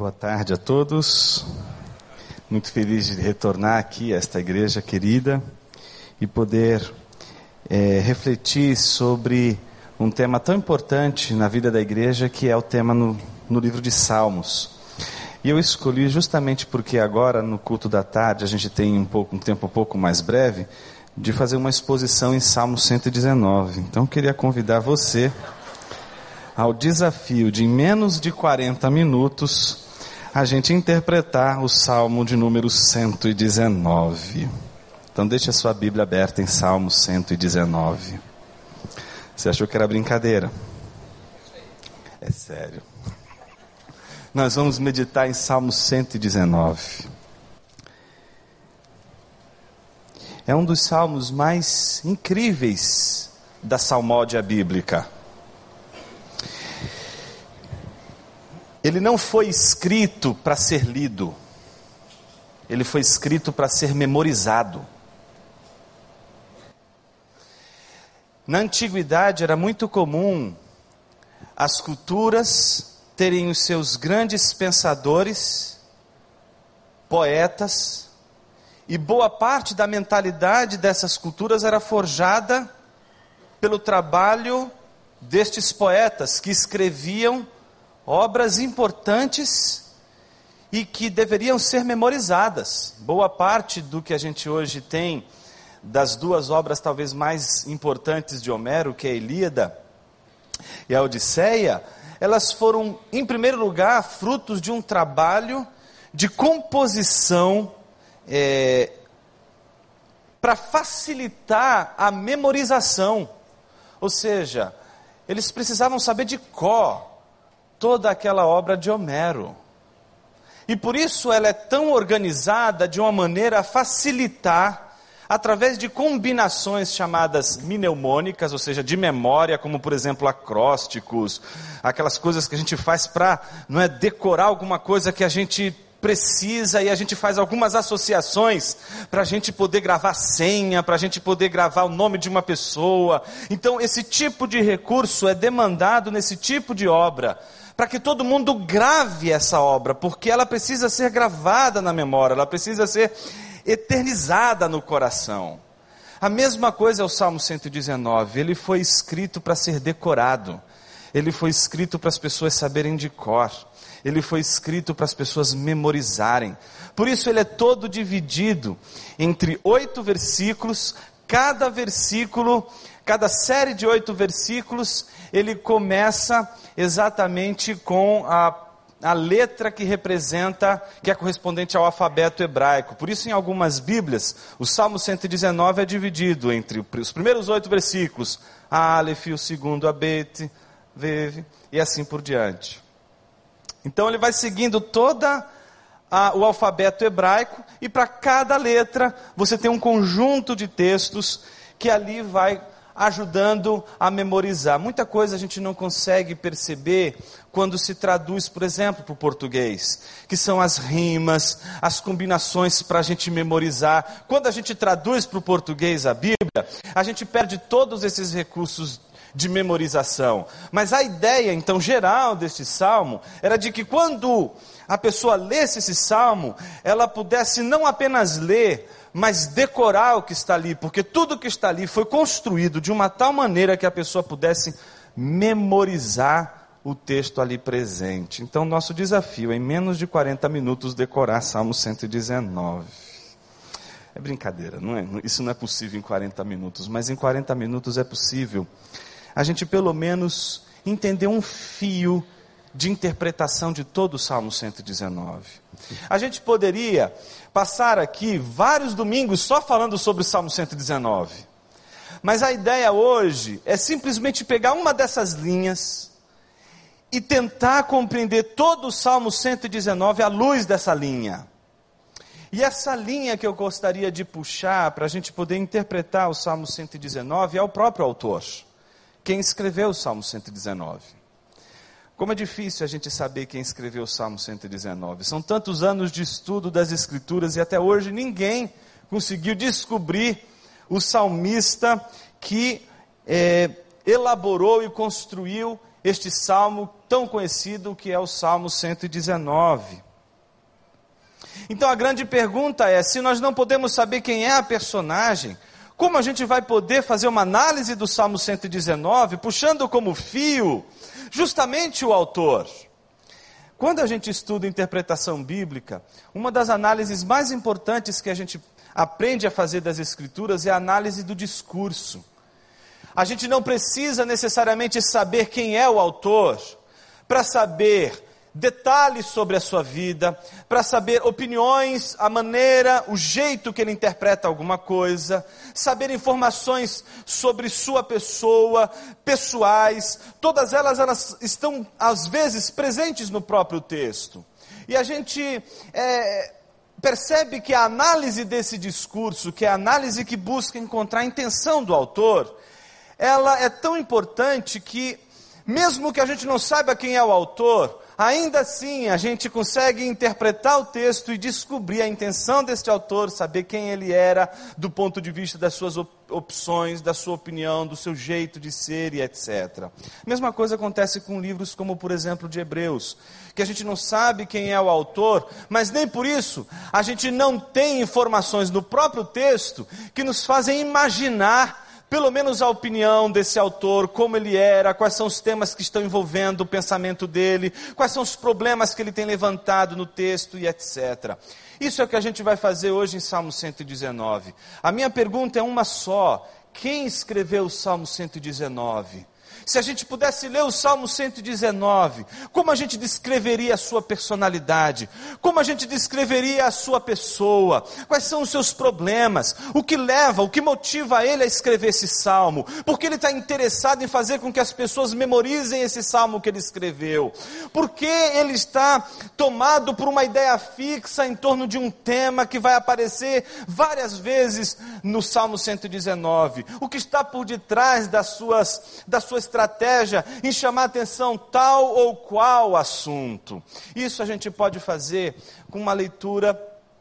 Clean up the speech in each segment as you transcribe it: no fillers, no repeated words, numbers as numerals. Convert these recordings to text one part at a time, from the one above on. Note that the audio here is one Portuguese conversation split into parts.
Boa tarde a todos. Muito feliz de retornar aqui a esta igreja querida e poder refletir sobre um tema tão importante na vida da igreja, que é o tema no livro de Salmos. E eu escolhi justamente porque agora, no culto da tarde, a gente tem um tempo um pouco mais breve, de fazer uma exposição em Salmo 119. Então eu queria convidar você ao desafio de, em menos de 40 minutos, a gente interpretar o Salmo de número 119. Então deixe a sua Bíblia aberta em Salmo 119. Você achou que era brincadeira? É sério. Nós vamos meditar em Salmo 119. É um dos salmos mais incríveis da salmódia bíblica. Ele não foi escrito para ser lido. Ele foi escrito para ser memorizado. Na antiguidade era muito comum as culturas terem os seus grandes pensadores, poetas, e boa parte da mentalidade dessas culturas era forjada pelo trabalho destes poetas que escreviam obras importantes e que deveriam ser memorizadas. Boa parte do que a gente hoje tem das duas obras talvez mais importantes de Homero, que é a Ilíada e a Odisseia, elas foram, em primeiro lugar, frutos de um trabalho de composição para facilitar a memorização. Ou seja, eles precisavam saber de cor toda aquela obra de Homero. E por isso ela é tão organizada de uma maneira a facilitar, através de combinações chamadas mnemônicas, ou seja, de memória, como por exemplo acrósticos, aquelas coisas que a gente faz para decorar alguma coisa que a gente precisa, e a gente faz algumas associações para a gente poder gravar senha, para a gente poder gravar o nome de uma pessoa. Então esse tipo de recurso é demandado nesse tipo de obra, para que todo mundo grave essa obra, porque ela precisa ser gravada na memória, ela precisa ser eternizada no coração. A mesma coisa é o Salmo 119, ele foi escrito para ser decorado, ele foi escrito para as pessoas saberem de cor, ele foi escrito para as pessoas memorizarem. Por isso ele é todo dividido entre 8 versículos, cada série de 8 versículos, ele começa exatamente com a letra que representa, que é correspondente ao alfabeto hebraico. Por isso, em algumas Bíblias, o Salmo 119 é dividido entre os primeiros 8 versículos, Aleph, o segundo, Abet, Vev, e assim por diante. Então ele vai seguindo toda o alfabeto hebraico, e para cada letra você tem um conjunto de textos que ali vai ajudando a memorizar. Muita coisa a gente não consegue perceber quando se traduz, por exemplo, para o português, que são as rimas, as combinações para a gente memorizar. Quando a gente traduz para o português a Bíblia, a gente perde todos esses recursos de memorização. Mas a ideia, então, geral deste salmo, era de que quando a pessoa lesse esse salmo, ela pudesse não apenas ler, mas decorar o que está ali, porque tudo que está ali foi construído de uma tal maneira que a pessoa pudesse memorizar o texto ali presente. Então, nosso desafio é, em menos de 40 minutos, decorar Salmo 119. É brincadeira, não é? Isso não é possível em 40 minutos, mas em 40 minutos é possível a gente pelo menos entender um fio de interpretação de todo o Salmo 119. A gente poderia passar aqui vários domingos só falando sobre o Salmo 119. Mas a ideia hoje é simplesmente pegar uma dessas linhas e tentar compreender todo o Salmo 119 à luz dessa linha. E essa linha que eu gostaria de puxar para a gente poder interpretar o Salmo 119 é o próprio autor, quem escreveu o Salmo 119. Como é difícil a gente saber quem escreveu o Salmo 119. São tantos anos de estudo das Escrituras e até hoje ninguém conseguiu descobrir o salmista que elaborou e construiu este salmo tão conhecido que é o Salmo 119. Então a grande pergunta é, se nós não podemos saber quem é a personagem, como a gente vai poder fazer uma análise do Salmo 119, puxando como fio justamente o autor? Quando a gente estuda interpretação bíblica, uma das análises mais importantes que a gente aprende a fazer das Escrituras é a análise do discurso. A gente não precisa necessariamente saber quem é o autor para saber detalhes sobre a sua vida, para saber opiniões, a maneira, o jeito que ele interpreta alguma coisa, saber informações sobre sua pessoa, pessoais, todas elas estão às vezes presentes no próprio texto. E a gente percebe que a análise desse discurso, que é a análise que busca encontrar a intenção do autor, ela é tão importante que, mesmo que a gente não saiba quem é o autor, ainda assim a gente consegue interpretar o texto e descobrir a intenção deste autor, saber quem ele era, do ponto de vista das suas opções, da sua opinião, do seu jeito de ser e etc. Mesma coisa acontece com livros como, por exemplo, de Hebreus, que a gente não sabe quem é o autor, mas nem por isso a gente não tem informações no próprio texto que nos fazem imaginar pelo menos a opinião desse autor, como ele era, quais são os temas que estão envolvendo o pensamento dele, quais são os problemas que ele tem levantado no texto e etc. Isso é o que a gente vai fazer hoje em Salmo 119. A minha pergunta é uma só: quem escreveu o Salmo 119? Se a gente pudesse ler o Salmo 119, como a gente descreveria a sua personalidade? Como a gente descreveria a sua pessoa? Quais são os seus problemas? O que leva, o que motiva ele a escrever esse salmo? Porque ele está interessado em fazer com que as pessoas memorizem esse salmo que ele escreveu? Porque ele está tomado por uma ideia fixa em torno de um tema que vai aparecer várias vezes no Salmo 119? O que está por detrás da sua estratégia em chamar a atenção tal ou qual assunto? Isso a gente pode fazer com uma leitura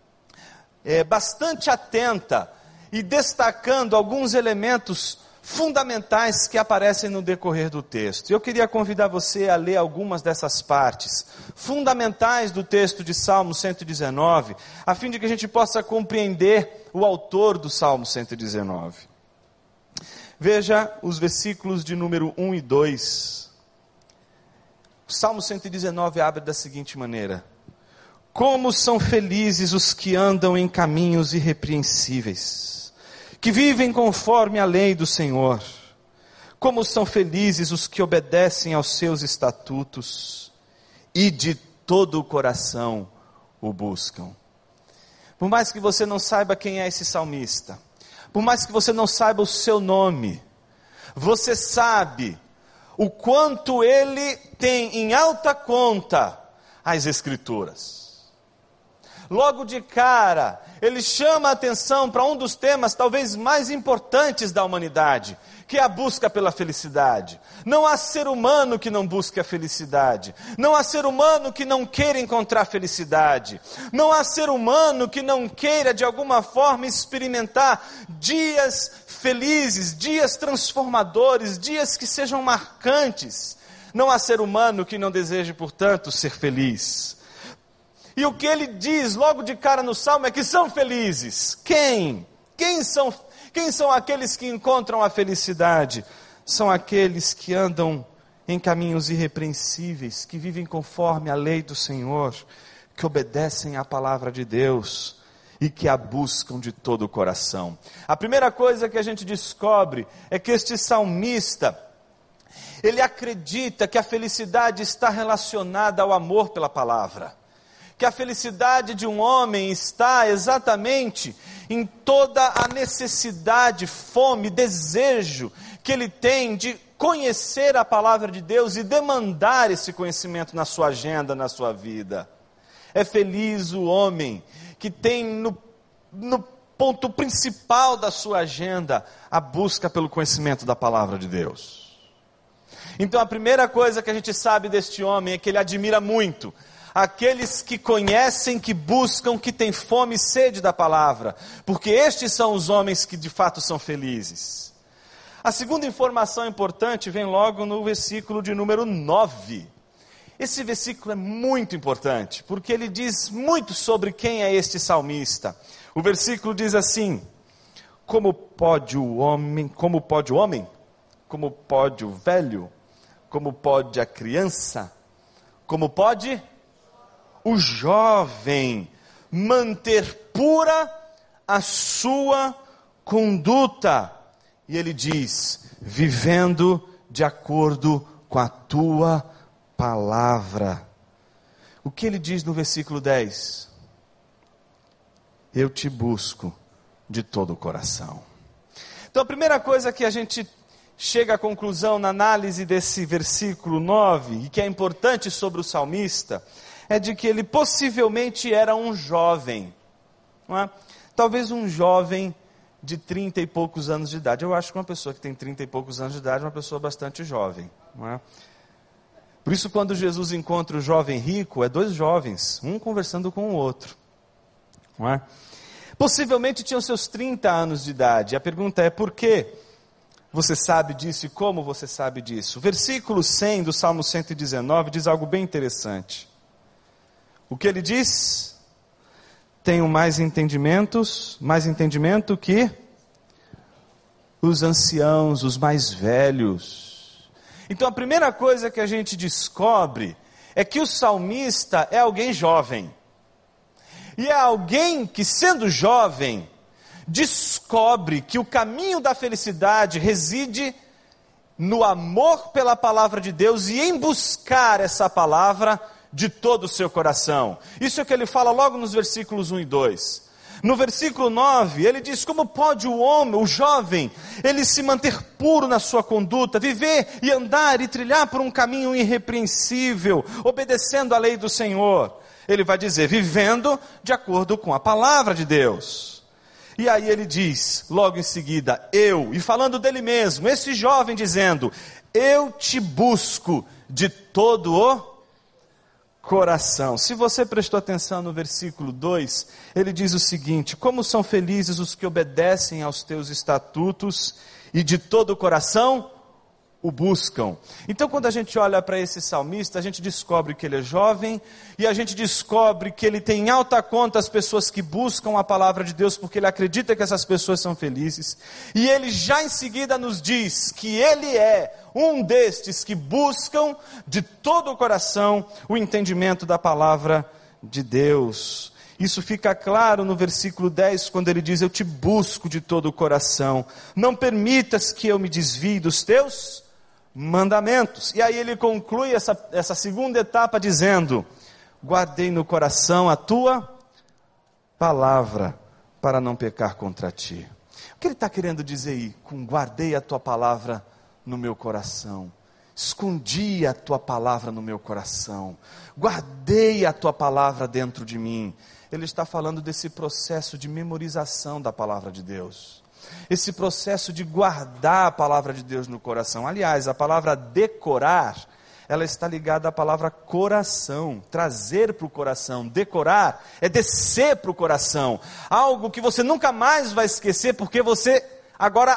bastante atenta e destacando alguns elementos fundamentais que aparecem no decorrer do texto. Eu queria convidar você a ler algumas dessas partes fundamentais do texto de Salmo 119, a fim de que a gente possa compreender o autor do Salmo 119. Veja os versículos de número 1 e 2. O Salmo 119 abre da seguinte maneira: como são felizes os que andam em caminhos irrepreensíveis, que vivem conforme a lei do Senhor. Como são felizes os que obedecem aos seus estatutos e de todo o coração o buscam. Por mais que você não saiba quem é esse salmista, por mais que você não saiba o seu nome, você sabe o quanto ele tem em alta conta as Escrituras. Logo de cara, ele chama a atenção para um dos temas talvez mais importantes da humanidade, que é a busca pela felicidade. Não há ser humano que não busque a felicidade. Não há ser humano que não queira encontrar felicidade. Não há ser humano que não queira, de alguma forma, experimentar dias felizes, dias transformadores, dias que sejam marcantes. Não há ser humano que não deseje, portanto, ser feliz. E o que ele diz logo de cara no Salmo é que são felizes. Quem? Quem são aqueles que encontram a felicidade? São aqueles que andam em caminhos irrepreensíveis, que vivem conforme a lei do Senhor, que obedecem à palavra de Deus e que a buscam de todo o coração. A primeira coisa que a gente descobre é que este salmista, ele acredita que a felicidade está relacionada ao amor pela palavra. Que a felicidade de um homem está exatamente em toda a necessidade, fome, desejo que ele tem de conhecer a palavra de Deus e demandar esse conhecimento na sua agenda, na sua vida. É feliz o homem que tem no ponto principal da sua agenda a busca pelo conhecimento da palavra de Deus. Então a primeira coisa que a gente sabe deste homem é que ele admira muito aqueles que conhecem, que buscam, que têm fome e sede da palavra, porque estes são os homens que de fato são felizes. A segunda informação importante vem logo no versículo de número 9. esse versículo é muito importante, porque ele diz muito sobre quem é este salmista. O versículo diz assim: como pode o homem, como pode o velho, como pode a criança, como pode o jovem manter pura a sua conduta? E ele diz: vivendo de acordo com a tua palavra. O que ele diz no versículo 10? Eu te busco de todo o coração. Então a primeira coisa que a gente chega à conclusão na análise desse versículo 9, e que é importante sobre o salmista, é de que ele possivelmente era um jovem, não é? Talvez um jovem de 30 e poucos anos de idade. Eu acho que uma pessoa que tem 30 e poucos anos de idade é uma pessoa bastante jovem, não é? Por isso, quando Jesus encontra o jovem rico, é dois jovens, um conversando com o outro, não é? Possivelmente tinham seus 30 anos de idade. A pergunta é: por quê? Você sabe disso e como você sabe disso? O versículo 100 do Salmo 119 diz algo bem interessante. O que ele diz? Tenho mais entendimento que os anciãos, os mais velhos. Então a primeira coisa que a gente descobre é que o salmista é alguém jovem. E é alguém que, sendo jovem, descobre que o caminho da felicidade reside no amor pela palavra de Deus e em buscar essa palavra de todo o seu coração. Isso é o que ele fala logo nos versículos 1 e 2. No versículo 9, ele diz: como pode o homem, o jovem, ele se manter puro na sua conduta, viver e andar e trilhar por um caminho irrepreensível, obedecendo à lei do Senhor? Ele vai dizer: vivendo de acordo com a palavra de Deus. E aí ele diz, logo em seguida, e falando dele mesmo, esse jovem dizendo: eu te busco de todo o coração. Se você prestou atenção no versículo 2, ele diz o seguinte: como são felizes os que obedecem aos teus estatutos e de todo o coração o buscam. Então, quando a gente olha para esse salmista, a gente descobre que ele é jovem, e a gente descobre que ele tem em alta conta as pessoas que buscam a palavra de Deus, porque ele acredita que essas pessoas são felizes, e ele já em seguida nos diz que ele é um destes que buscam de todo o coração o entendimento da palavra de Deus. Isso fica claro no versículo 10, quando ele diz: eu te busco de todo o coração, não permitas que eu me desvie dos teus mandamentos. E aí ele conclui essa segunda etapa dizendo: guardei no coração a tua palavra, para não pecar contra ti. O que ele está querendo dizer aí com guardei a tua palavra no meu coração? Escondi a tua palavra no meu coração, guardei a tua palavra dentro de mim. Ele está falando desse processo de memorização da palavra de Deus, esse processo de guardar a palavra de Deus no coração. Aliás, a palavra decorar, ela está ligada à palavra coração, trazer para o coração. Decorar é descer para o coração, algo que você nunca mais vai esquecer, porque você agora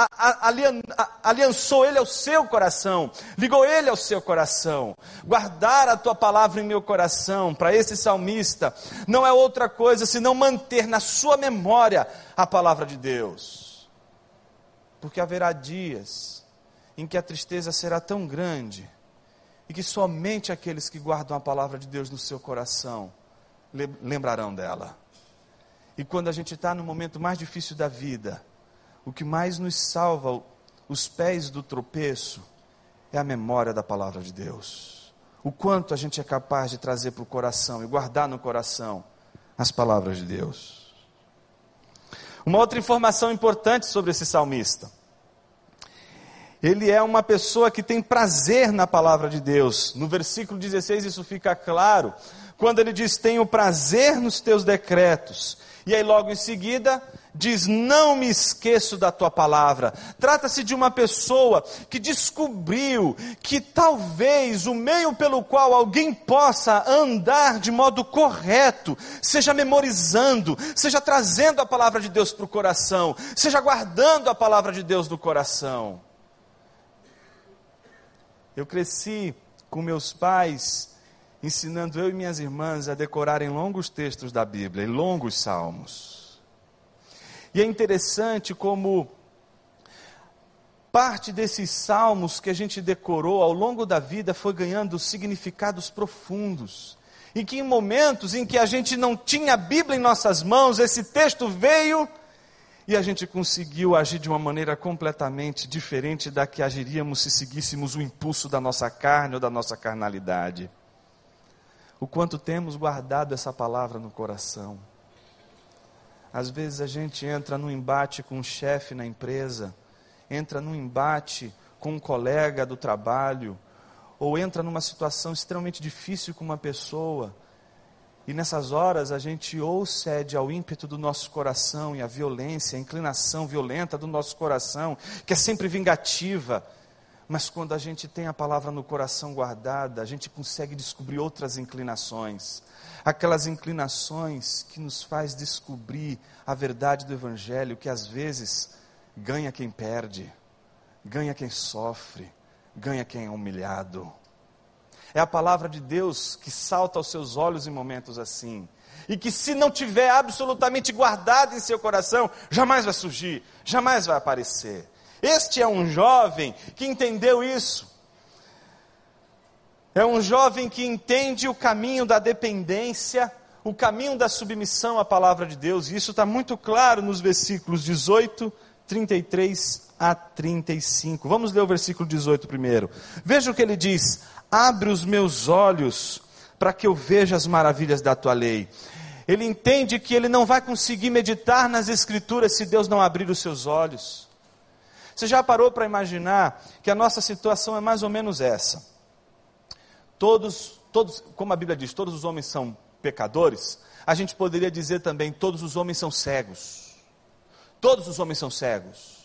aliançou ele ao seu coração, ligou ele ao seu coração. Guardar a tua palavra em meu coração, para esse salmista, não é outra coisa senão manter na sua memória a palavra de Deus. Porque haverá dias em que a tristeza será tão grande, e que somente aqueles que guardam a palavra de Deus no seu coração lembrarão dela. E quando a gente está no momento mais difícil da vida, o que mais nos salva os pés do tropeço é a memória da palavra de Deus. O quanto a gente é capaz de trazer para o coração e guardar no coração as palavras de Deus. Uma outra informação importante sobre esse salmista: ele é uma pessoa que tem prazer na palavra de Deus. No versículo 16 isso fica claro, quando ele diz: tenho prazer nos teus decretos. E aí logo em seguida diz: não me esqueço da tua palavra. Trata-se de uma pessoa que descobriu que talvez o meio pelo qual alguém possa andar de modo correto, seja memorizando, seja trazendo a palavra de Deus para o coração, seja guardando a palavra de Deus no coração. Eu cresci com meus pais, ensinando eu e minhas irmãs a decorarem longos textos da Bíblia, e longos salmos. E é interessante como parte desses salmos que a gente decorou ao longo da vida foi ganhando significados profundos. E que em momentos em que a gente não tinha a Bíblia em nossas mãos, esse texto veio e a gente conseguiu agir de uma maneira completamente diferente da que agiríamos se seguíssemos o impulso da nossa carne ou da nossa carnalidade. O quanto temos guardado essa palavra no coração. Às vezes a gente entra num embate com um chefe na empresa, entra num embate com um colega do trabalho, ou entra numa situação extremamente difícil com uma pessoa, e nessas horas a gente ou cede ao ímpeto do nosso coração e à violência, à inclinação violenta do nosso coração, que é sempre vingativa, mas quando a gente tem a palavra no coração guardada, a gente consegue descobrir outras inclinações, aquelas inclinações que nos faz descobrir a verdade do Evangelho, que às vezes ganha quem perde, ganha quem sofre, ganha quem é humilhado. É a palavra de Deus que salta aos seus olhos em momentos assim, e que se não tiver absolutamente guardada em seu coração, jamais vai surgir, jamais vai aparecer. Este é um jovem que entendeu isso. É um jovem que entende o caminho da dependência, o caminho da submissão à palavra de Deus, e isso está muito claro nos versículos 18, 33 a 35. Vamos ler o versículo 18 primeiro. Veja o que ele diz: abre os meus olhos para que eu veja as maravilhas da tua lei. Ele entende que ele não vai conseguir meditar nas Escrituras se Deus não abrir os seus olhos. Você já parou para imaginar que a nossa situação é mais ou menos essa? Todos, como a Bíblia diz, todos os homens são pecadores. A gente poderia dizer também, todos os homens são cegos. Todos os homens são cegos.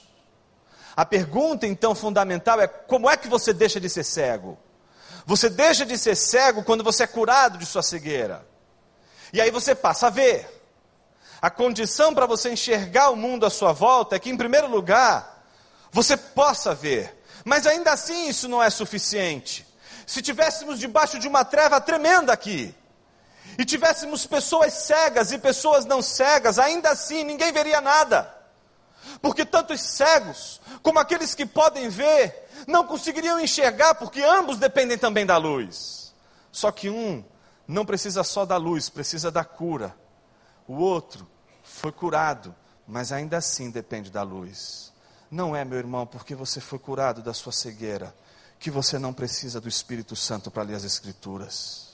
A pergunta então fundamental é: como é que você deixa de ser cego? Você deixa de ser cego quando você é curado de sua cegueira. E aí você passa a ver. A condição para você enxergar o mundo à sua volta é que, em primeiro lugar, você possa ver. Mas ainda assim isso não é suficiente. Se tivéssemos debaixo de uma treva tremenda aqui, e tivéssemos pessoas cegas e pessoas não cegas, ainda assim ninguém veria nada. Porque tanto os cegos, como aqueles que podem ver, não conseguiriam enxergar, porque ambos dependem também da luz. Só que um não precisa só da luz, precisa da cura. O outro foi curado, mas ainda assim depende da luz. Não é, meu irmão, porque você foi curado da sua cegueira, que você não precisa do Espírito Santo para ler as Escrituras.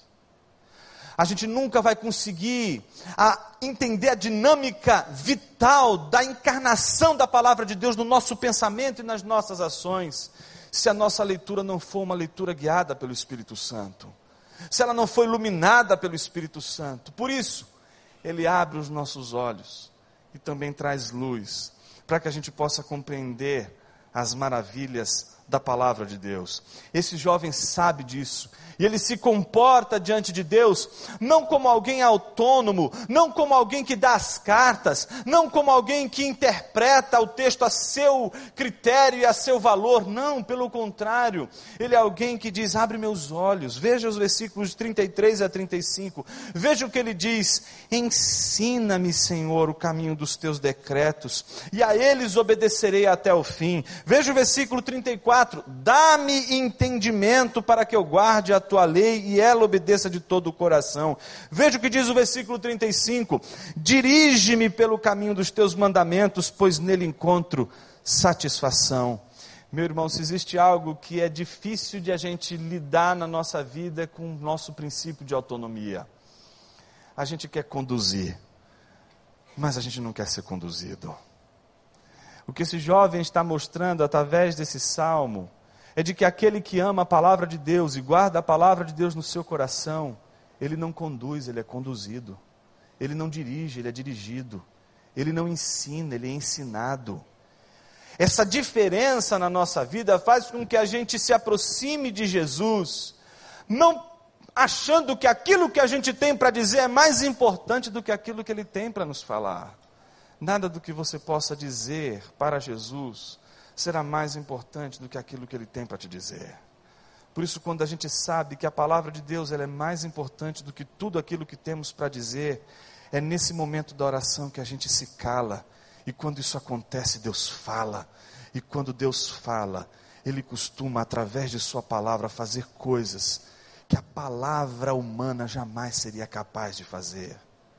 A gente nunca vai conseguir entender a dinâmica vital da encarnação da palavra de Deus no nosso pensamento e nas nossas ações, se a nossa leitura não for uma leitura guiada pelo Espírito Santo, se ela não for iluminada pelo Espírito Santo. Por isso, Ele abre os nossos olhos e também traz luz, para que a gente possa compreender as maravilhas da palavra de Deus. Esse jovem sabe disso, e ele se comporta diante de Deus, não como alguém autônomo, não como alguém que dá as cartas, não como alguém que interpreta o texto a seu critério e a seu valor, não, pelo contrário, ele é alguém que diz: abre meus olhos. Veja os versículos 33 a 35, veja o que ele diz: ensina-me, Senhor, o caminho dos teus decretos, e a eles obedecerei até o fim. Veja o versículo 34, dá-me entendimento para que eu guarde a tua lei e ela obedeça de todo o coração. Veja o que diz o versículo 35, dirige-me pelo caminho dos teus mandamentos, pois nele encontro satisfação. Meu irmão, se existe algo que é difícil de a gente lidar na nossa vida, é com o nosso princípio de autonomia. A gente quer conduzir, mas a gente não quer ser conduzido. O que esse jovem está mostrando através desse salmo é de que aquele que ama a palavra de Deus e guarda a palavra de Deus no seu coração, ele não conduz, ele é conduzido. Ele não dirige, ele é dirigido. Ele não ensina, ele é ensinado. Essa diferença na nossa vida faz com que a gente se aproxime de Jesus, não achando que aquilo que a gente tem para dizer é mais importante do que aquilo que Ele tem para nos falar. Nada do que você possa dizer para Jesus será mais importante do que aquilo que Ele tem para te dizer. Por isso, quando a gente sabe que a palavra de Deus ela é mais importante do que tudo aquilo que temos para dizer, é nesse momento da oração que a gente se cala. E quando isso acontece, Deus fala. E quando Deus fala, Ele costuma, através de sua palavra, fazer coisas que a palavra humana jamais seria capaz de fazer.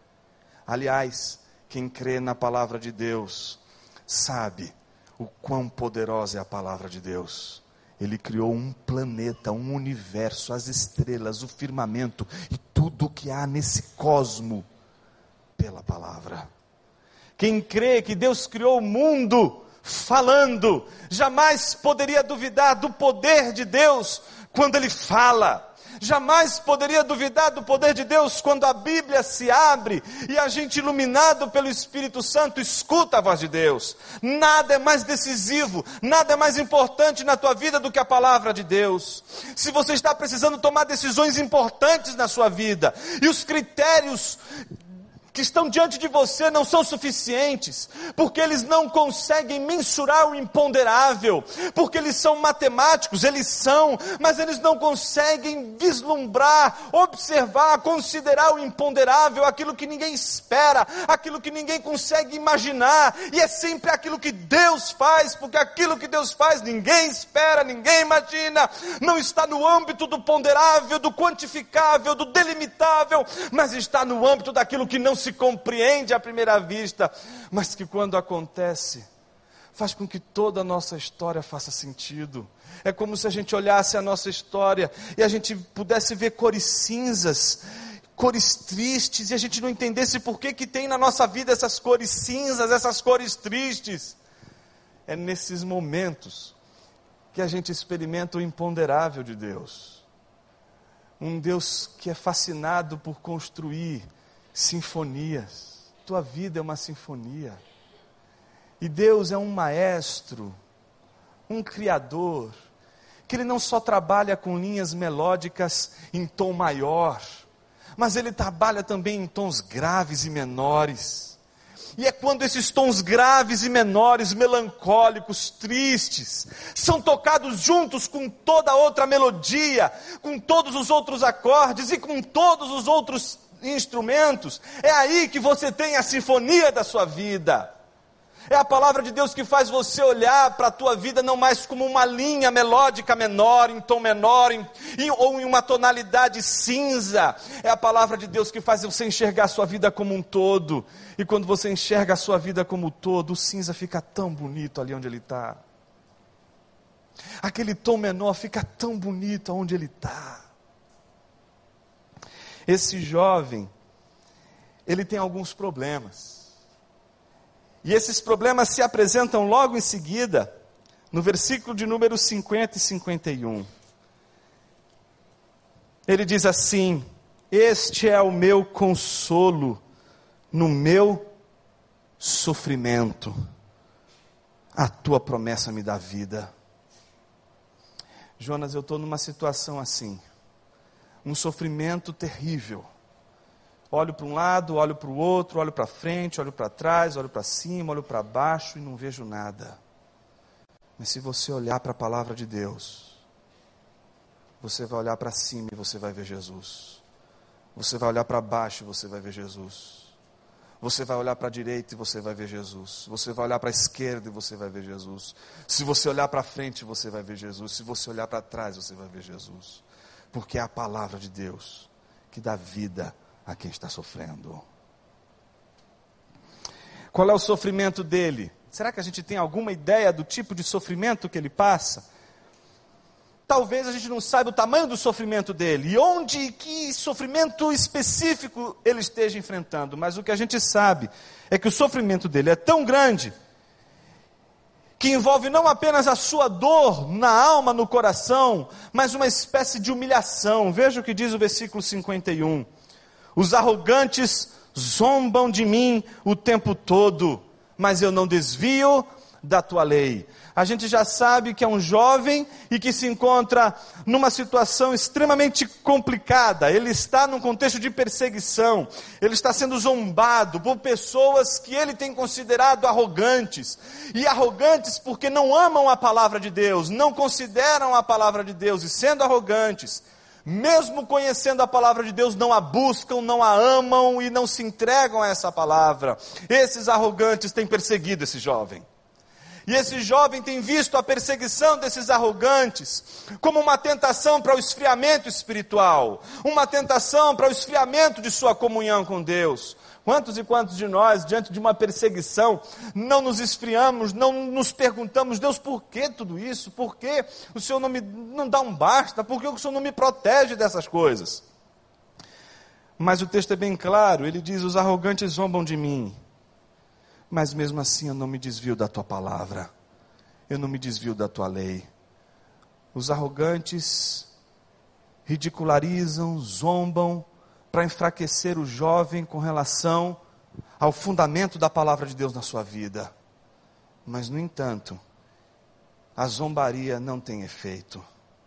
Aliás, quem crê na palavra de Deus, sabe o quão poderosa é a palavra de Deus. Ele criou um planeta, um universo, as estrelas, o firmamento e tudo o que há nesse cosmo pela palavra. Quem crê que Deus criou o mundo falando, jamais poderia duvidar do poder de Deus quando Ele fala. Jamais poderia duvidar do poder de Deus quando a Bíblia se abre e a gente, iluminado pelo Espírito Santo, escuta a voz de Deus. Nada é mais decisivo, nada é mais importante na tua vida do que a palavra de Deus. Se você está precisando tomar decisões importantes na sua vida e os critérios que estão diante de você não são suficientes, porque eles não conseguem mensurar o imponderável, porque eles são matemáticos, mas eles não conseguem vislumbrar, observar, considerar o imponderável, aquilo que ninguém espera, aquilo que ninguém consegue imaginar, e é sempre aquilo que Deus faz, porque aquilo que Deus faz ninguém espera, ninguém imagina, não está no âmbito do ponderável, do quantificável, do delimitável, mas está no âmbito daquilo que não se compreende à primeira vista, mas que quando acontece, faz com que toda a nossa história faça sentido. É como se a gente olhasse a nossa história e a gente pudesse ver cores cinzas, cores tristes, e a gente não entendesse por que tem na nossa vida essas cores cinzas, essas cores tristes. É nesses momentos que a gente experimenta o imponderável de Deus. Um Deus que é fascinado por construir sinfonias. Tua vida é uma sinfonia. E Deus é um maestro, um criador, que Ele não só trabalha com linhas melódicas em tom maior, mas Ele trabalha também em tons graves e menores. E é quando esses tons graves e menores, melancólicos, tristes, são tocados juntos com toda outra melodia, com todos os outros acordes e com todos os outros instrumentos, é aí que você tem a sinfonia da sua vida. É a palavra de Deus que faz você olhar para a tua vida não mais como uma linha melódica menor, em tom menor, ou em uma tonalidade cinza. É a palavra de Deus que faz você enxergar a sua vida como um todo. E quando você enxerga a sua vida como um todo, o cinza fica tão bonito ali onde ele está. Aquele tom menor fica tão bonito onde ele está. Esse jovem, ele tem alguns problemas. E esses problemas se apresentam logo em seguida, no versículo de número 50 e 51. Ele diz assim: este é o meu consolo no meu sofrimento. A tua promessa me dá vida. Jonas, eu estou numa situação assim. Um sofrimento terrível. Olho para um lado, olho para o outro, olho para frente, olho para trás, olho para cima, olho para baixo e não vejo nada. Mas se você olhar para a palavra de Deus, você vai olhar para cima e você vai ver Jesus. Você vai olhar para baixo e você vai ver Jesus. Você vai olhar para a direita e você vai ver Jesus. Você vai olhar para a esquerda e você vai ver Jesus. Se você olhar para frente, você vai ver Jesus. Se você olhar para trás, você vai ver Jesus. Porque é a palavra de Deus que dá vida a quem está sofrendo. Qual é o sofrimento dele? Será que a gente tem alguma ideia do tipo de sofrimento que ele passa? Talvez a gente não saiba o tamanho do sofrimento dele e que sofrimento específico ele esteja enfrentando. Mas o que a gente sabe é que o sofrimento dele é tão grande que envolve não apenas a sua dor na alma, no coração, mas uma espécie de humilhação. Veja o que diz o versículo 51. Os arrogantes zombam de mim o tempo todo, mas eu não desvio da tua lei. A gente já sabe que é um jovem e que se encontra numa situação extremamente complicada. Ele está num contexto de perseguição. Ele está sendo zombado por pessoas que ele tem considerado arrogantes. E arrogantes porque não amam a palavra de Deus, não consideram a palavra de Deus. E sendo arrogantes, mesmo conhecendo a palavra de Deus, não a buscam, não a amam e não se entregam a essa palavra. Esses arrogantes têm perseguido esse jovem. E esse jovem tem visto a perseguição desses arrogantes como uma tentação para o esfriamento espiritual, uma tentação para o esfriamento de sua comunhão com Deus. Quantos e quantos de nós, diante de uma perseguição, não nos esfriamos, não nos perguntamos: Deus, por que tudo isso? Por que o Senhor não dá um basta? Por que o Senhor não me protege dessas coisas? Mas o texto é bem claro, ele diz: os arrogantes zombam de mim, mas mesmo assim eu não me desvio da tua palavra, eu não me desvio da tua lei. Os arrogantes ridicularizam, zombam, para enfraquecer o jovem com relação ao fundamento da palavra de Deus na sua vida. Mas, no entanto, a zombaria não tem efeito.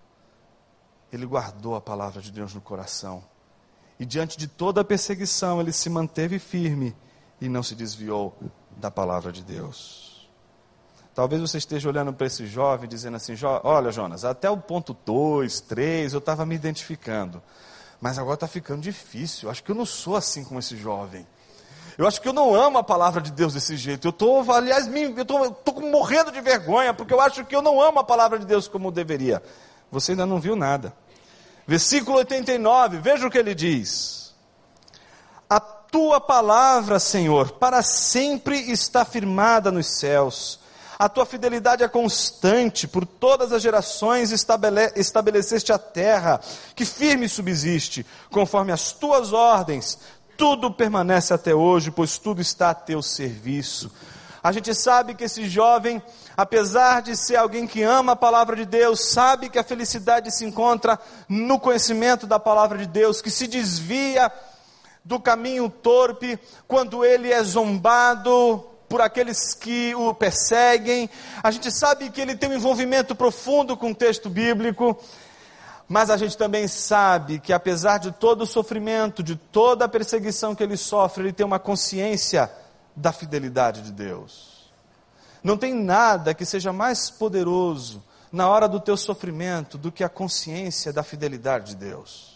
Ele guardou a palavra de Deus no coração. E diante de toda a perseguição, ele se manteve firme e não se desviou da palavra de Deus. Talvez você esteja olhando para esse jovem dizendo assim: olha, Jonas, até o ponto 2, 3, eu estava me identificando. Mas agora está ficando difícil. Eu acho que eu não sou assim como esse jovem. Eu acho que eu não amo a palavra de Deus desse jeito. Eu estou morrendo de vergonha, porque eu acho que eu não amo a palavra de Deus como deveria. Você ainda não viu nada. Versículo 89, veja o que ele diz: a tua palavra, Senhor, para sempre está firmada nos céus. A tua fidelidade é constante, por todas as gerações estabeleceste a terra, que firme subsiste, conforme as tuas ordens, tudo permanece até hoje, pois tudo está a teu serviço. A gente sabe que esse jovem, apesar de ser alguém que ama a palavra de Deus, sabe que a felicidade se encontra no conhecimento da palavra de Deus, que se desvia do caminho torpe quando ele é zombado por aqueles que o perseguem. A gente sabe que ele tem um envolvimento profundo com o texto bíblico, mas a gente também sabe que apesar de todo o sofrimento, de toda a perseguição que ele sofre, ele tem uma consciência da fidelidade de Deus. Não tem nada que seja mais poderoso na hora do teu sofrimento do que a consciência da fidelidade de Deus.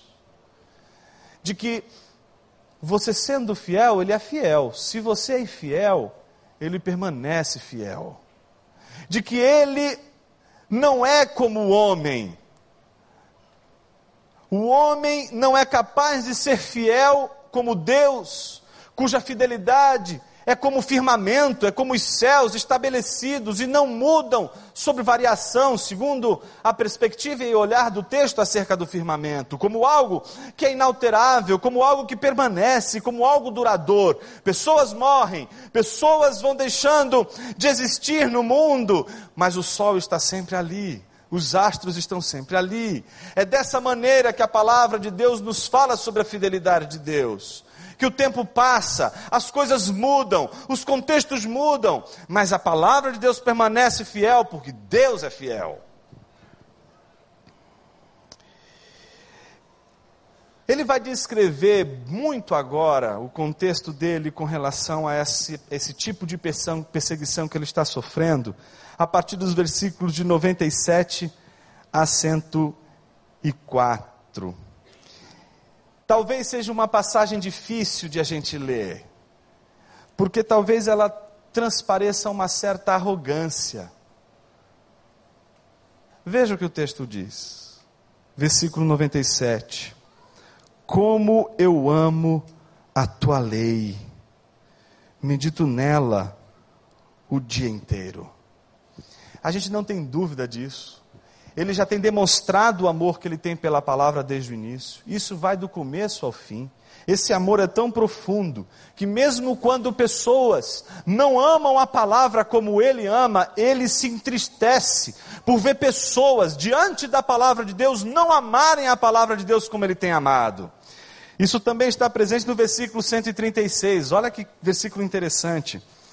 De que você sendo fiel, ele é fiel. Se você é infiel, ele permanece fiel. De que ele não é como o homem. O homem não é capaz de ser fiel como Deus, cuja fidelidade é como o firmamento, é como os céus estabelecidos e não mudam sob variação, segundo a perspectiva e olhar do texto acerca do firmamento, como algo que é inalterável, como algo que permanece, como algo duradouro. Pessoas morrem, pessoas vão deixando de existir no mundo, mas o sol está sempre ali. Os astros estão sempre ali. É dessa maneira que a palavra de Deus nos fala sobre a fidelidade de Deus. Que o tempo passa, as coisas mudam, os contextos mudam, mas a palavra de Deus permanece fiel, porque Deus é fiel. Ele vai descrever muito agora o contexto dele com relação a esse tipo de perseguição que ele está sofrendo, a partir dos versículos de 97 a 104. Talvez seja uma passagem difícil de a gente ler, porque talvez ela transpareça uma certa arrogância. Veja o que o texto diz, versículo 97. Como eu amo a tua lei, medito nela o dia inteiro. A gente não tem dúvida disso. Ele já tem demonstrado o amor que ele tem pela palavra desde o início. Isso vai do começo ao fim. Esse amor é tão profundo, que mesmo quando pessoas não amam a palavra como ele ama, ele se entristece por ver pessoas diante da palavra de Deus não amarem a palavra de Deus como ele tem amado. Isso também está presente no versículo 136. Olha que versículo interessante.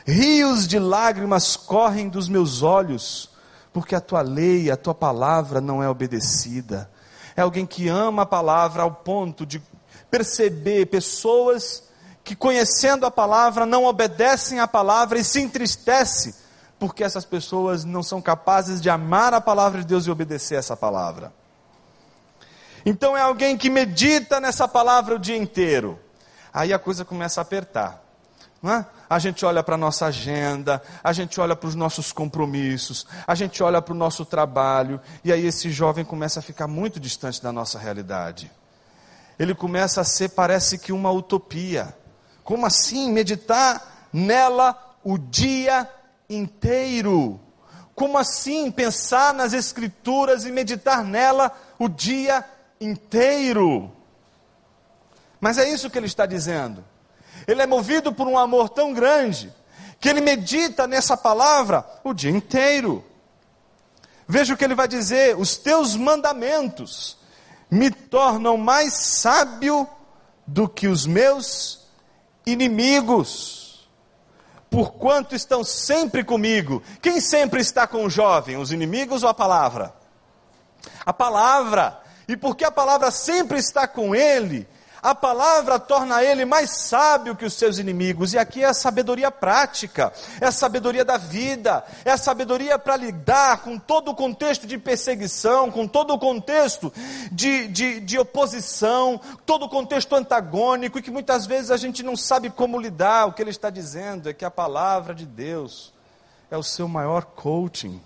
Rios de lágrimas correm dos meus olhos, porque a tua lei, a tua palavra não é obedecida. É alguém que ama a palavra ao ponto de perceber pessoas que, conhecendo a palavra, não obedecem à palavra e se entristecem, porque essas pessoas não são capazes de amar a palavra de Deus e obedecer essa palavra. Então é alguém que medita nessa palavra o dia inteiro. Aí a coisa começa a apertar, não é? A gente olha para a nossa agenda, a gente olha para os nossos compromissos, a gente olha para o nosso trabalho, e aí esse jovem começa a ficar muito distante da nossa realidade. Ele começa a ser, parece que uma utopia. Como assim meditar nela o dia inteiro? Como assim pensar nas Escrituras e meditar nela o dia inteiro? Mas é isso que ele está dizendo. Ele é movido por um amor tão grande, que ele medita nessa palavra o dia inteiro. Veja o que ele vai dizer: os teus mandamentos me tornam mais sábio do que os meus inimigos, porquanto estão sempre comigo. Quem sempre está com o jovem? Os inimigos ou a palavra? A palavra. E porque a palavra sempre está com ele, a palavra torna ele mais sábio que os seus inimigos. E aqui é a sabedoria prática, é a sabedoria da vida, é a sabedoria para lidar com todo o contexto de perseguição, com todo o contexto de oposição, todo o contexto antagônico, e que muitas vezes a gente não sabe como lidar. O que ele está dizendo é que a palavra de Deus é o seu maior coaching.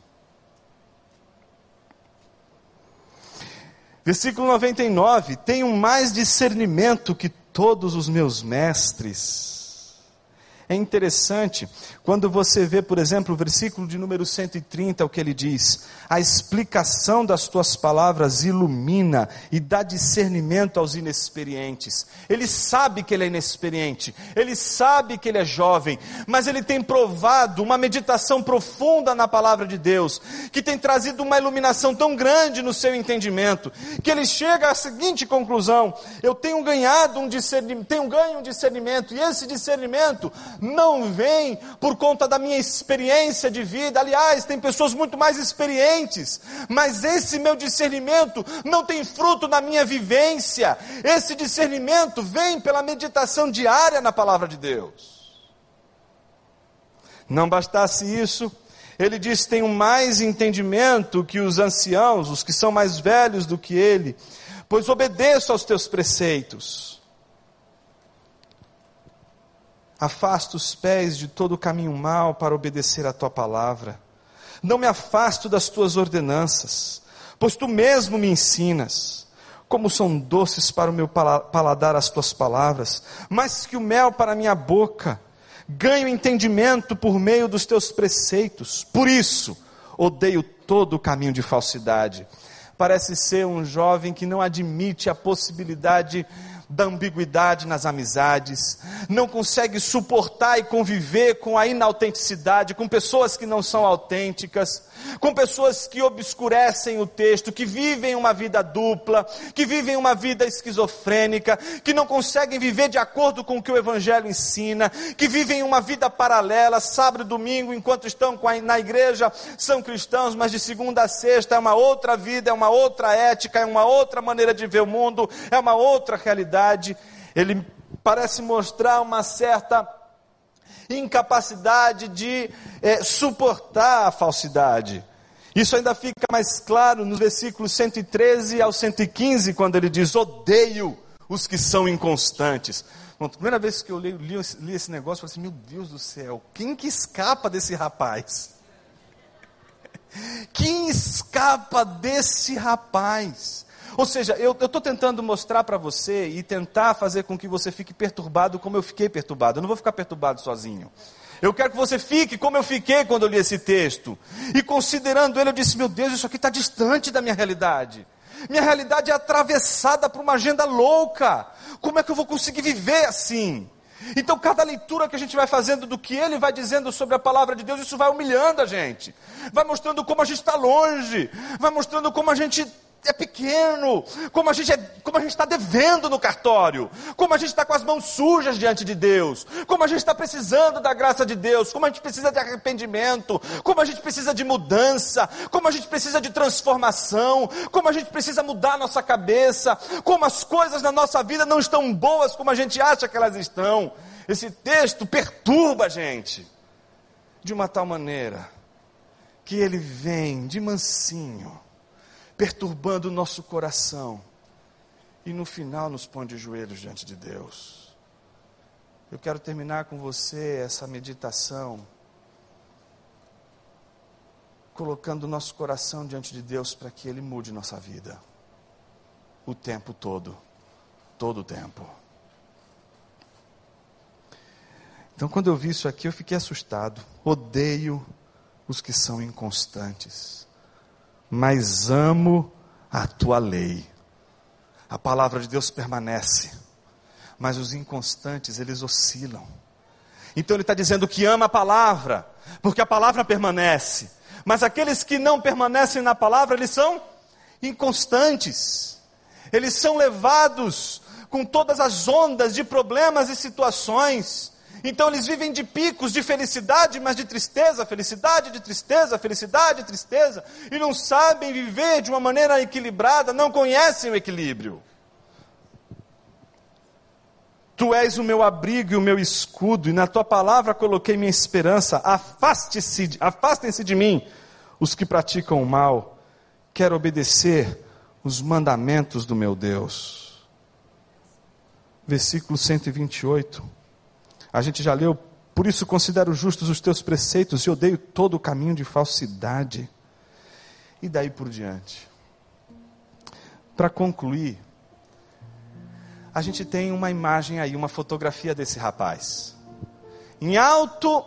Versículo 99, tenho mais discernimento que todos os meus mestres. É interessante, quando você vê, por exemplo, o versículo de número 130, o que ele diz: a explicação das tuas palavras ilumina e dá discernimento aos inexperientes. Ele sabe que ele é inexperiente, ele sabe que ele é jovem, mas ele tem provado uma meditação profunda na palavra de Deus, que tem trazido uma iluminação tão grande no seu entendimento, que ele chega à seguinte conclusão: eu tenho ganho um discernimento, e esse discernimento não vem por conta da minha experiência de vida. Aliás, tem pessoas muito mais experientes, mas esse meu discernimento não tem fruto na minha vivência. Esse discernimento vem pela meditação diária na palavra de Deus. Não bastasse isso, ele diz: tenho mais entendimento que os anciãos, os que são mais velhos do que ele, pois obedeço aos teus preceitos. Afasta os pés de todo o caminho mau para obedecer a tua palavra. Não me afasto das tuas ordenanças, pois tu mesmo me ensinas. Como são doces para o meu paladar as tuas palavras, mais que o mel para a minha boca. Ganho entendimento por meio dos teus preceitos. Por isso, odeio todo o caminho de falsidade. Parece ser um jovem que não admite a possibilidade da ambiguidade nas amizades, não consegue suportar e conviver com a inautenticidade, com pessoas que não são autênticas, com pessoas que obscurecem o texto, que vivem uma vida dupla, que vivem uma vida esquizofrênica, que não conseguem viver de acordo com o que o Evangelho ensina, que vivem uma vida paralela, sábado e domingo, enquanto estão na igreja, são cristãos, mas de segunda a sexta é uma outra vida, é uma outra ética, é uma outra maneira de ver o mundo, é uma outra realidade. Ele parece mostrar uma certa incapacidade de suportar a falsidade. Isso ainda fica mais claro nos versículos 113 ao 115, quando ele diz: odeio os que são inconstantes. Bom, a primeira vez que eu li esse negócio, eu falei assim: meu Deus do céu, quem que escapa desse rapaz? Quem escapa desse rapaz? Ou seja, eu estou tentando mostrar para você e tentar fazer com que você fique perturbado como eu fiquei perturbado. Eu não vou ficar perturbado sozinho. Eu quero que você fique como eu fiquei quando eu li esse texto. E considerando ele, eu disse: meu Deus, isso aqui está distante da minha realidade. Minha realidade é atravessada por uma agenda louca. Como é que eu vou conseguir viver assim? Então cada leitura que a gente vai fazendo do que ele vai dizendo sobre a palavra de Deus, isso vai humilhando a gente. Vai mostrando como a gente está longe. Vai mostrando como a gente é pequeno, como a gente está devendo no cartório, como a gente está com as mãos sujas diante de Deus, como a gente está precisando da graça de Deus, como a gente precisa de arrependimento, como a gente precisa de mudança, como a gente precisa de transformação, como a gente precisa mudar a nossa cabeça, como as coisas na nossa vida não estão boas como a gente acha que elas estão. Esse texto perturba a gente de uma tal maneira que ele vem de mansinho, perturbando o nosso coração, e no final nos põe de joelhos diante de Deus. Eu quero terminar com você essa meditação, colocando o nosso coração diante de Deus para que Ele mude nossa vida, o tempo todo, todo o tempo. Então, quando eu vi isso aqui, eu fiquei assustado. Odeio os que são inconstantes, mas amo a tua lei. A palavra de Deus permanece, mas os inconstantes, eles oscilam. Então ele está dizendo que ama a palavra, porque a palavra permanece, mas aqueles que não permanecem na palavra, eles são inconstantes, eles são levados com todas as ondas de problemas e situações. Então eles vivem de picos de felicidade, mas de tristeza, felicidade, de tristeza, felicidade, tristeza, e não sabem viver de uma maneira equilibrada, não conhecem o equilíbrio. Tu és o meu abrigo e o meu escudo, e na tua palavra coloquei minha esperança. Afastem-se de mim os que praticam o mal. Quero obedecer os mandamentos do meu Deus. Versículo 128. A gente já leu: por isso considero justos os teus preceitos e odeio todo o caminho de falsidade. E daí por diante. Para concluir, a gente tem uma imagem aí, uma fotografia desse rapaz. Em alto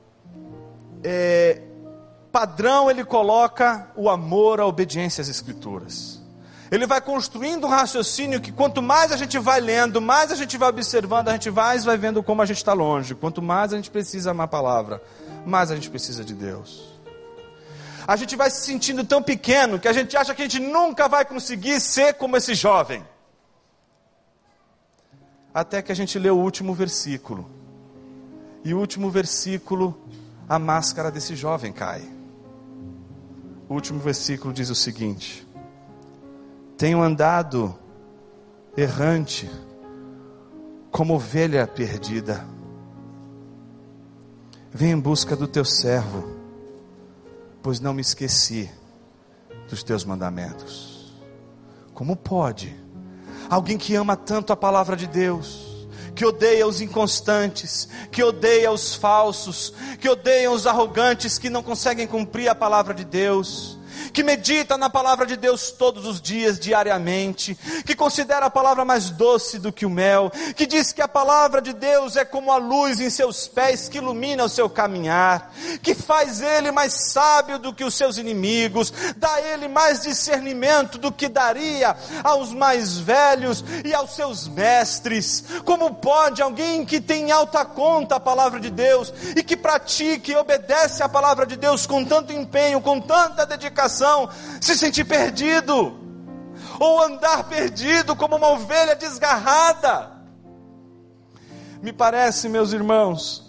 padrão ele coloca o amor, a obediência às Escrituras. Ele vai construindo um raciocínio que quanto mais a gente vai lendo, mais a gente vai observando, a gente vai vendo como a gente está longe. Quanto mais a gente precisa amar a palavra, mais a gente precisa de Deus. A gente vai se sentindo tão pequeno que a gente acha que a gente nunca vai conseguir ser como esse jovem. Até que a gente lê o último versículo. E o último versículo, a máscara desse jovem cai. O último versículo diz o seguinte: tenho andado errante, como ovelha perdida. Vem em busca do teu servo, pois não me esqueci dos teus mandamentos. Como pode alguém que ama tanto a palavra de Deus, que odeia os inconstantes, que odeia os falsos, que odeia os arrogantes, que não conseguem cumprir a palavra de Deus, que medita na palavra de Deus todos os dias, diariamente, que considera a palavra mais doce do que o mel, que diz que a palavra de Deus é como a luz em seus pés que ilumina o seu caminhar, que faz ele mais sábio do que os seus inimigos, dá a ele mais discernimento do que daria aos mais velhos e aos seus mestres. Como pode alguém que tem em alta conta a palavra de Deus e que pratique e obedece a palavra de Deus com tanto empenho, com tanta dedicação, se sentir perdido, ou andar perdido como uma ovelha desgarrada? Me parece, meus irmãos,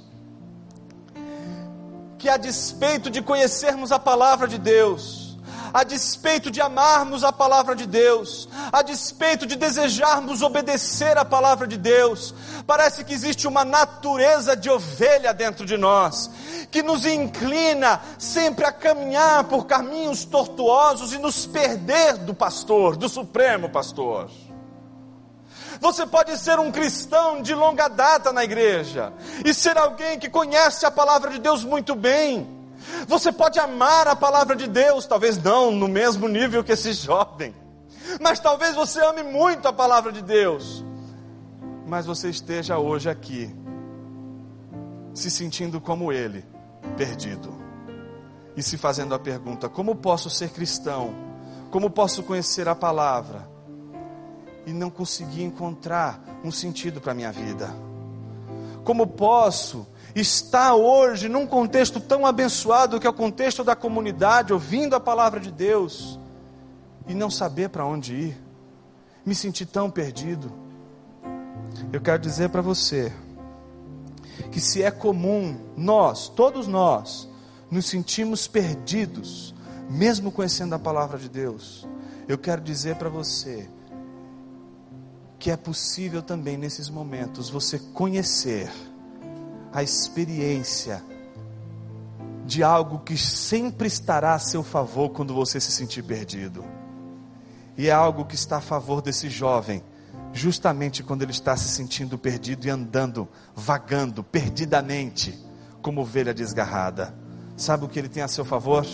que a despeito de conhecermos a palavra de Deus, a despeito de amarmos a palavra de Deus, a despeito de desejarmos obedecer a palavra de Deus, parece que existe uma natureza de ovelha dentro de nós, que nos inclina sempre a caminhar por caminhos tortuosos e nos perder do pastor, do supremo pastor. Você pode ser um cristão de longa data na igreja e ser alguém que conhece a palavra de Deus muito bem. Você pode amar a palavra de Deus, talvez não no mesmo nível que esse jovem, mas talvez você ame muito a palavra de Deus, mas você esteja hoje aqui, se sentindo como ele, perdido, e se fazendo a pergunta: como posso ser cristão? Como posso conhecer a palavra e não conseguir encontrar um sentido para a minha vida? Como posso estar hoje num contexto tão abençoado que é o contexto da comunidade, ouvindo a palavra de Deus, e não saber para onde ir, me sentir tão perdido. Eu quero dizer para você que se é comum todos nós, nos sentimos perdidos, mesmo conhecendo a palavra de Deus, eu quero dizer para você que é possível também nesses momentos você conhecer a experiência de algo que sempre estará a seu favor quando você se sentir perdido. E é algo que está a favor desse jovem, justamente quando ele está se sentindo perdido e andando, vagando, perdidamente, como ovelha desgarrada. Sabe o que ele tem a seu favor?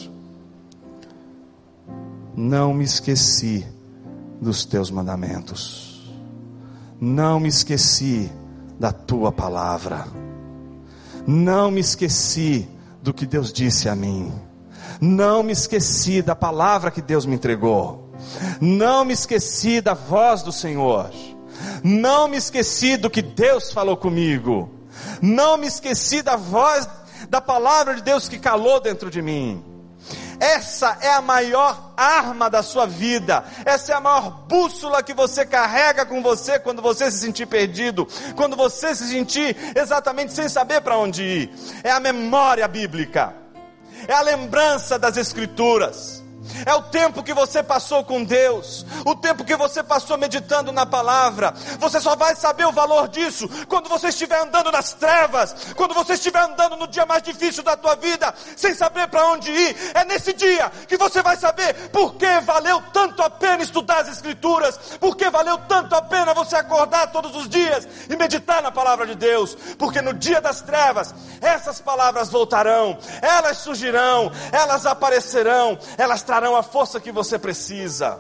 Não me esqueci dos teus mandamentos. Não me esqueci da tua palavra. Não me esqueci do que Deus disse a mim. Não me esqueci da palavra que Deus me entregou. Não me esqueci da voz do Senhor. Não me esqueci do que Deus falou comigo. Não me esqueci da voz, da palavra de Deus que calou dentro de mim. Essa é a maior arma da sua vida. Essa é a maior bússola que você carrega com você quando você se sentir perdido, quando você se sentir exatamente sem saber para onde ir. É a memória bíblica, é a lembrança das Escrituras, é o tempo que você passou com Deus, o tempo que você passou meditando na palavra. Você só vai saber o valor disso quando você estiver andando nas trevas, quando você estiver andando no dia mais difícil da tua vida, sem saber para onde ir. É nesse dia que você vai saber por que valeu tanto a pena estudar as Escrituras, por que valeu tanto a pena você acordar todos os dias e meditar na palavra de Deus. Porque no dia das trevas, essas palavras voltarão, elas surgirão, elas aparecerão, elas trarão a força que você precisa.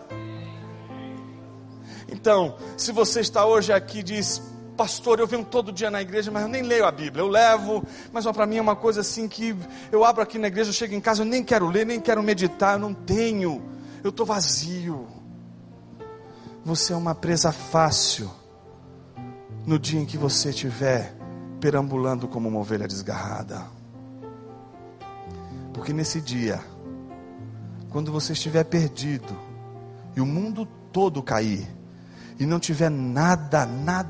Então, se você está hoje aqui e diz: pastor, eu venho todo dia na igreja, mas eu nem leio a Bíblia. Eu levo, mas para mim é uma coisa assim que eu abro aqui na igreja, eu chego em casa, eu nem quero ler, nem quero meditar, eu não tenho, eu estou vazio. Você é uma presa fácil no dia em que você estiver perambulando como uma ovelha desgarrada. Porque nesse dia, quando você estiver perdido e o mundo todo cair e não tiver nada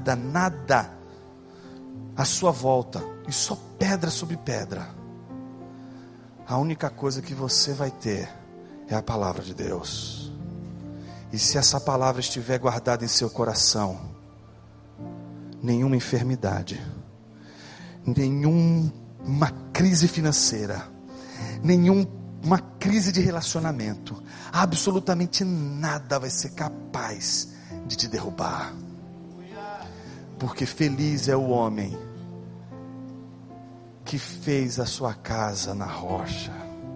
à sua volta e só pedra sobre pedra, a única coisa que você vai ter é a palavra de Deus. E se essa palavra estiver guardada em seu coração, nenhuma enfermidade, nenhuma crise financeira, nenhuma crise de relacionamento, absolutamente nada vai ser capaz de te derrubar. Porque feliz é o homem que fez a sua casa na rocha.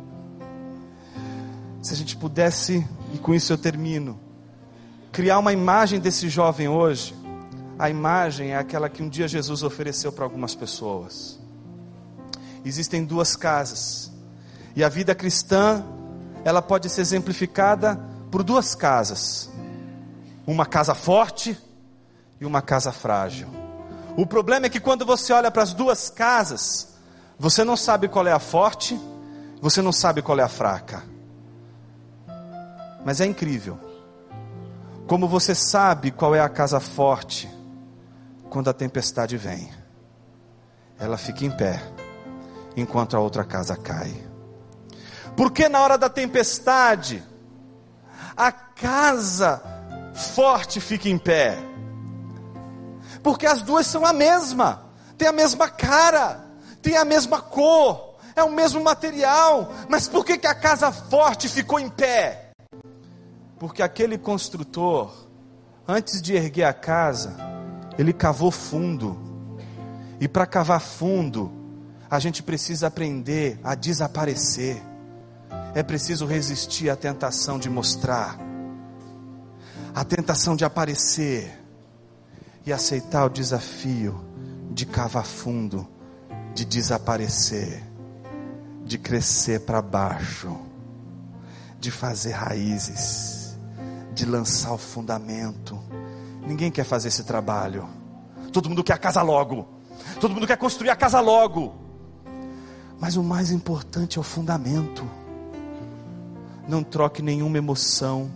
Se a gente pudesse, e com isso eu termino, criar uma imagem desse jovem hoje, a imagem é aquela que um dia Jesus ofereceu para algumas pessoas. Existem duas casas, e a vida cristã, ela pode ser exemplificada por duas casas: uma casa forte e uma casa frágil. O problema é que quando você olha para as duas casas, você não sabe qual é a forte, você não sabe qual é a fraca. Mas é incrível como você sabe qual é a casa forte quando a tempestade vem. Ela fica em pé enquanto a outra casa cai. Porque na hora da tempestade, a casa forte fica em pé? Porque as duas são a mesma, tem a mesma cara, tem a mesma cor, é o mesmo material. Mas por que a casa forte ficou em pé? Porque aquele construtor, antes de erguer a casa, ele cavou fundo. E para cavar fundo, a gente precisa aprender a desaparecer. É preciso resistir à tentação de mostrar, à tentação de aparecer, e aceitar o desafio de cavar fundo, de desaparecer, de crescer para baixo, de fazer raízes, de lançar o fundamento. Ninguém quer fazer esse trabalho. Todo mundo quer a casa logo, todo mundo quer construir a casa logo. Mas o mais importante é o fundamento. Não troque nenhuma emoção,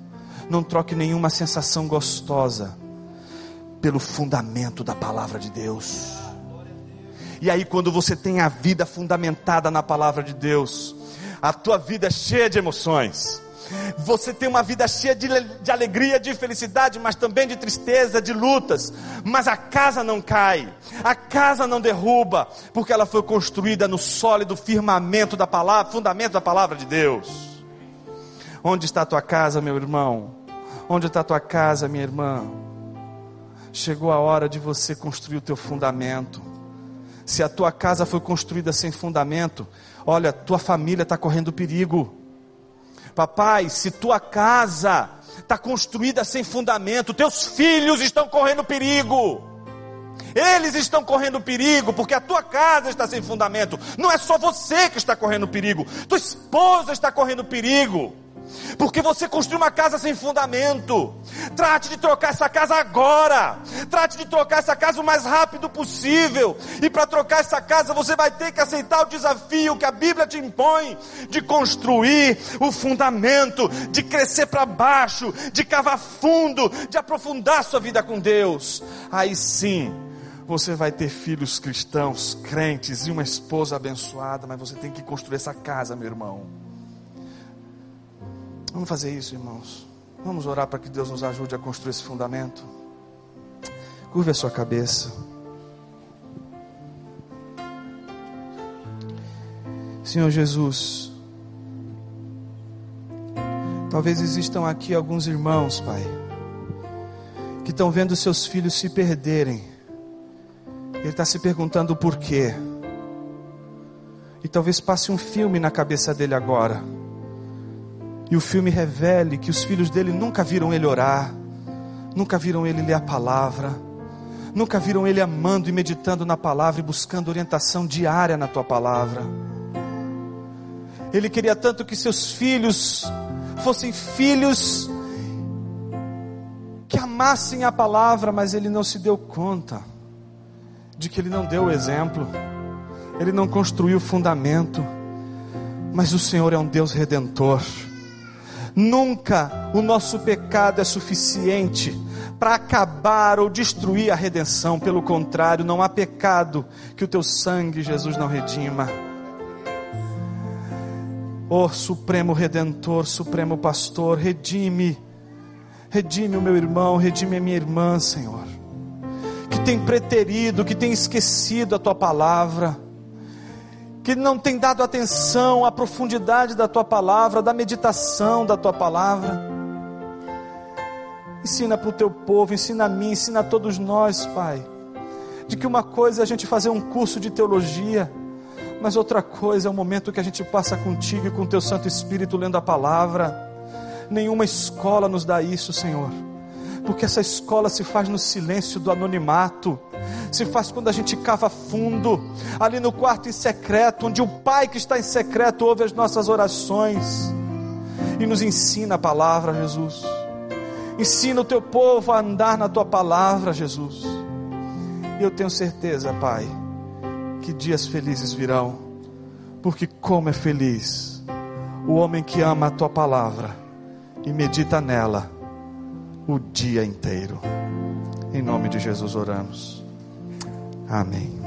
Não troque nenhuma sensação gostosa pelo fundamento da palavra de Deus. E aí, quando você tem a vida fundamentada na palavra de Deus, a tua vida é cheia de emoções. Você tem uma vida cheia de alegria, de felicidade, mas também de tristeza, de lutas. Mas a casa não cai, a casa não derruba, porque ela foi construída no sólido firmamento da palavra, fundamento da palavra de Deus. Onde está a tua casa, meu irmão? Onde está a tua casa, minha irmã? Chegou a hora de você construir o teu fundamento. Se a tua casa foi construída sem fundamento, olha, tua família está correndo perigo. Papai, se tua casa está construída sem fundamento, teus filhos estão correndo perigo. Eles estão correndo perigo, porque a tua casa está sem fundamento. Não é só você que está correndo perigo, tua esposa está correndo perigo, porque você construiu uma casa sem fundamento. Trate de trocar essa casa agora. Trate de trocar essa casa o mais rápido possível. E para trocar essa casa você vai ter que aceitar o desafio que a Bíblia te impõe, de construir o fundamento, de crescer para baixo, de cavar fundo, de aprofundar sua vida com Deus. Aí sim você vai ter filhos cristãos, crentes e uma esposa abençoada. Mas você tem que construir essa casa, meu irmão. Vamos fazer isso, irmãos. Vamos orar para que Deus nos ajude a construir esse fundamento. Curve a sua cabeça. Senhor Jesus, talvez existam aqui alguns irmãos, Pai, que estão vendo seus filhos se perderem. Ele está se perguntando o porquê. E talvez passe um filme na cabeça dele agora. E o filme revele que os filhos dele nunca viram ele orar, nunca viram ele ler a palavra, nunca viram ele amando e meditando na palavra e buscando orientação diária na tua palavra. Ele queria tanto que seus filhos fossem filhos que amassem a palavra, mas ele não se deu conta de que ele não deu o exemplo, ele não construiu o fundamento. Mas o Senhor é um Deus redentor. Nunca o nosso pecado é suficiente para acabar ou destruir a redenção. Pelo contrário, não há pecado que o teu sangue, Jesus, não redima. Oh, Supremo Redentor, Supremo Pastor, redime o meu irmão, redime a minha irmã, Senhor, que tem preterido, que tem esquecido a tua palavra, que não tem dado atenção à profundidade da tua palavra, da meditação da tua palavra. Ensina para o teu povo, ensina a mim, ensina a todos nós, Pai, de que uma coisa é a gente fazer um curso de teologia, mas outra coisa é o momento que a gente passa contigo e com o teu Santo Espírito lendo a palavra. Nenhuma escola nos dá isso, Senhor, porque essa escola se faz no silêncio do anonimato, se faz quando a gente cava fundo, ali no quarto em secreto, onde o Pai que está em secreto ouve as nossas orações e nos ensina a palavra, Jesus. Ensina o teu povo a andar na tua palavra, Jesus. E eu tenho certeza, Pai, que dias felizes virão, porque como é feliz o homem que ama a tua palavra e medita nela o dia inteiro. Em nome de Jesus oramos. Amém.